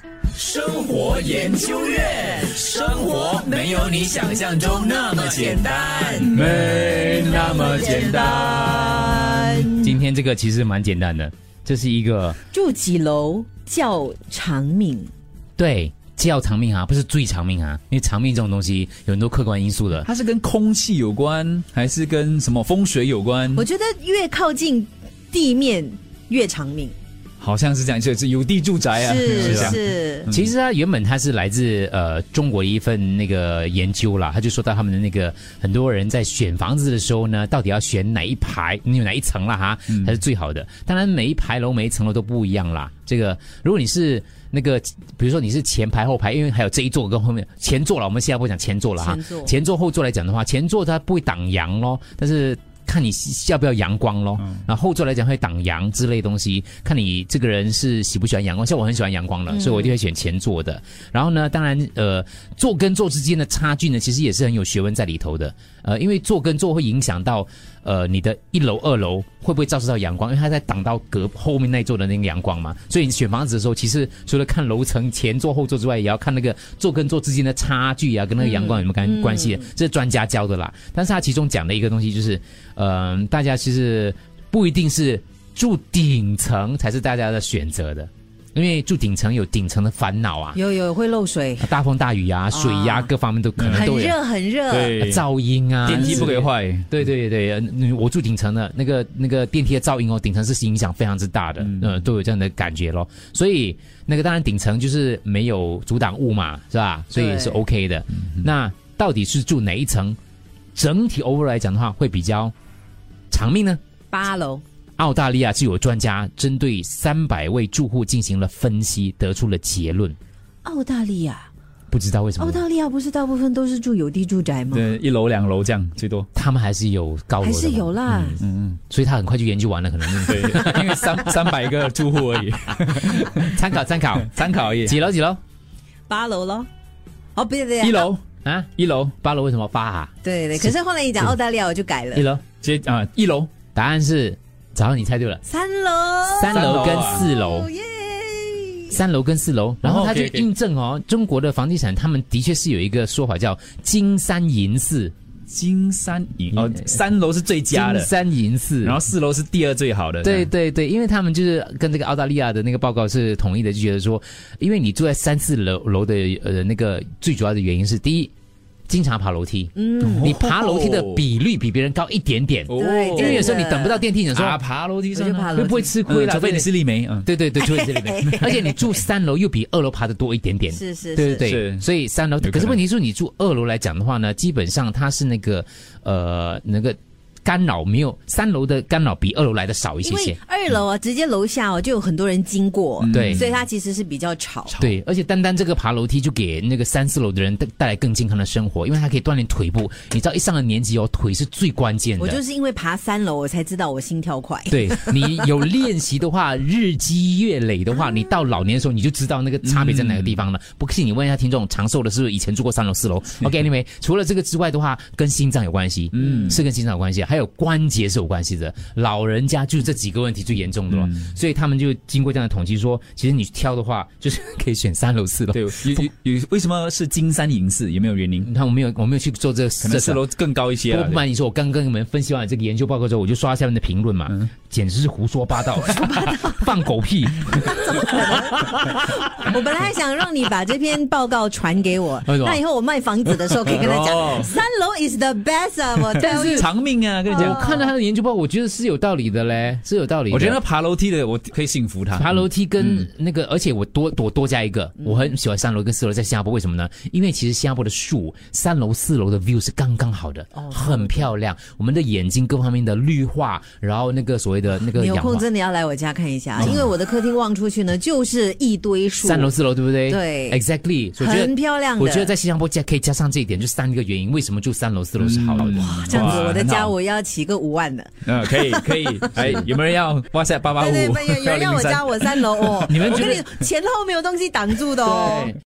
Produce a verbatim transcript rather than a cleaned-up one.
生活研究院，生活没有你想象中那么简单， 没那么简单。 今天这个其实蛮简单的，这是一个住几楼叫长命。 对，叫长命啊，不是最长命啊，因为长命这种东西有很多客观因素的。 它是跟空气有关，还是跟什么风水有关？ 我觉得越靠近地面越长命。 好像是这样，是有地住宅啊， 是是是。 其实它原本它是来自呃中国的一份那个研究啦，他就说到他们的那个很多人在选房子的时候呢，到底要选哪一排，有哪一层啦哈，才是最好的。当然每一排楼每一层楼都不一样啦。这个如果你是那个，比如说你是前排后排，因为还有这一座跟后面前座了，我们现在不讲前座了哈， 前座前座后座来讲的话，前座它不会挡阳咯，但是看你要不要阳光咯，嗯、然后后座来讲会挡阳之类的东西，看你这个人是喜不喜欢阳光。像我很喜欢阳光的，嗯、所以我一定会选前座的。然后呢，当然呃，座跟座之间的差距呢，其实也是很有学问在里头的。呃，因为座跟座会影响到呃你的一楼、二楼会不会照射到阳光，因为它在挡到隔后面那一座的那个阳光嘛。所以你选房子的时候，其实除了看楼层前座、后座之外，也要看那个座跟座之间的差距啊，跟那个阳光有没有关关系、嗯嗯。这是专家教的啦。但是他其中讲的一个东西就是。呃，大家其实不一定是住顶层才是大家的选择的，因为住顶层有顶层的烦恼啊， 有有会漏水， 大风大雨啊，水压、啊、各方面都可能都有， 很热很热， 对， 噪音啊， 电梯不可以坏， 对对对，我住顶层的那个那个电梯的噪音哦，顶层是影响非常之大的，嗯、呃，都有这样的感觉咯。所以那个当然顶层就是没有阻挡物嘛，是吧？所以是 OK 的。那到底是住哪一层？整体 over 来讲的话，会比较长命呢？ 八楼。 澳大利亚是有专家针对三百位住户进行了分析，得出了结论。 澳大利亚不知道为什么？ 澳大利亚不是大部分都是住有地住宅吗？ 对，一楼两楼这样最多。 他们还是有高楼的， 还是有啦。 嗯嗯，所以他很快就研究完了，可能对，因为三三百个住户而已。 参考参考参考而已。 几楼几楼？ 八楼咯。哦，不对不对， 一楼。 啊，一楼八楼为什么八啊？ 对对，可是后来你讲澳大利亚，我就改了。 一楼接啊，一楼答案是，早上你猜对了， 三楼， 三楼跟四楼，耶，三楼跟四楼，然后他就印证哦，中国的房地产他们的确是有一个说法叫金三银四。 金三银哦，三楼是最佳的， 金三银四， 然后四楼是第二最好的。 对对对，因为他们就是跟这个澳大利亚的那个报告是统一的，就觉得说，因为你住在三四楼楼的呃那个最主要的原因是，第一，经常爬楼梯，嗯，你爬楼梯的比率比别人高一点点， 哦、对， 因为有时候你等不到电梯，你说啊爬楼梯上就爬楼梯， 又不会吃亏啦， 除非你是丽梅，嗯， 对对对，除非你是丽梅，而且你住三楼又比二楼爬的多一点点， 是是， 对对对，所以三楼，可是问题是你住二楼来讲的话呢，基本上它是那个呃那个。干扰没有三楼的干扰比二楼来的少一些些， 因为二楼啊，嗯、直接楼下哦就有很多人经过， 对、嗯， 所以它其实是比较吵。 对，而且单单这个爬楼梯就给那个三四楼的人带带来更健康的生活，因为它可以锻炼腿部。你知道一上了年纪哦，腿是最关键的。 我就是因为爬三楼，我才知道我心跳快。 对，你有练习的话，日积月累的话，你到老年的时候你就知道那个差别在哪个地方了。嗯、不信你问一下听众，长寿的是不是以前住过三楼四楼 ？OK，anyway，、okay, 除了这个之外的话，跟心脏有关系，嗯，是跟心脏有关系，还有关节。是有关系的，老人家就是这几个问题最严重的了、嗯，所以他们就经过这样的统计说，其实你挑的话，就是可以选三楼、四楼。 对，有有有，为什么是金三银四？有没有原因？ 你看我没有，我没有去做这个， 可能四楼更高一些。 不不瞒你说，我刚跟你们分析完这个研究报告之后，我就刷下面的评论嘛，嗯、简直是胡说八道，放狗屁。 怎么可能？我本来还想让你把这篇报告传给我，那以后我卖房子的时候可以跟他讲，哦、三楼 is the best 啊！我但是长命啊，跟你讲， 我看到他的研究报告，我觉得是有道理的嘞，是有道理的。 我觉得爬楼梯的我可以信服他。 爬楼梯跟那个，嗯、而且我多多多加一个，我很喜欢三楼跟四楼在新加坡，为什么呢？因为其实新加坡的树，三楼四楼的 view 是刚刚好的，哦、很漂亮。我们的眼睛各方面的绿化，然后那个所谓的那个， 你有空真的要来我家看一下，嗯、因为我的客厅望出去呢就是一堆树， 三楼四楼对不对？ 对 ，exactly， 很漂亮的。 我觉得在新加坡加可以加上这一点，就三个原因，为什么住三楼四楼是好的。 嗯、哇，这样子我的家我要起个五万的。 嗯，可以可以。哎，有没有人要WhatsApp八八五？ 对对，有人要我加我三楼哦。 你们我跟你前后没有东西挡住的哦。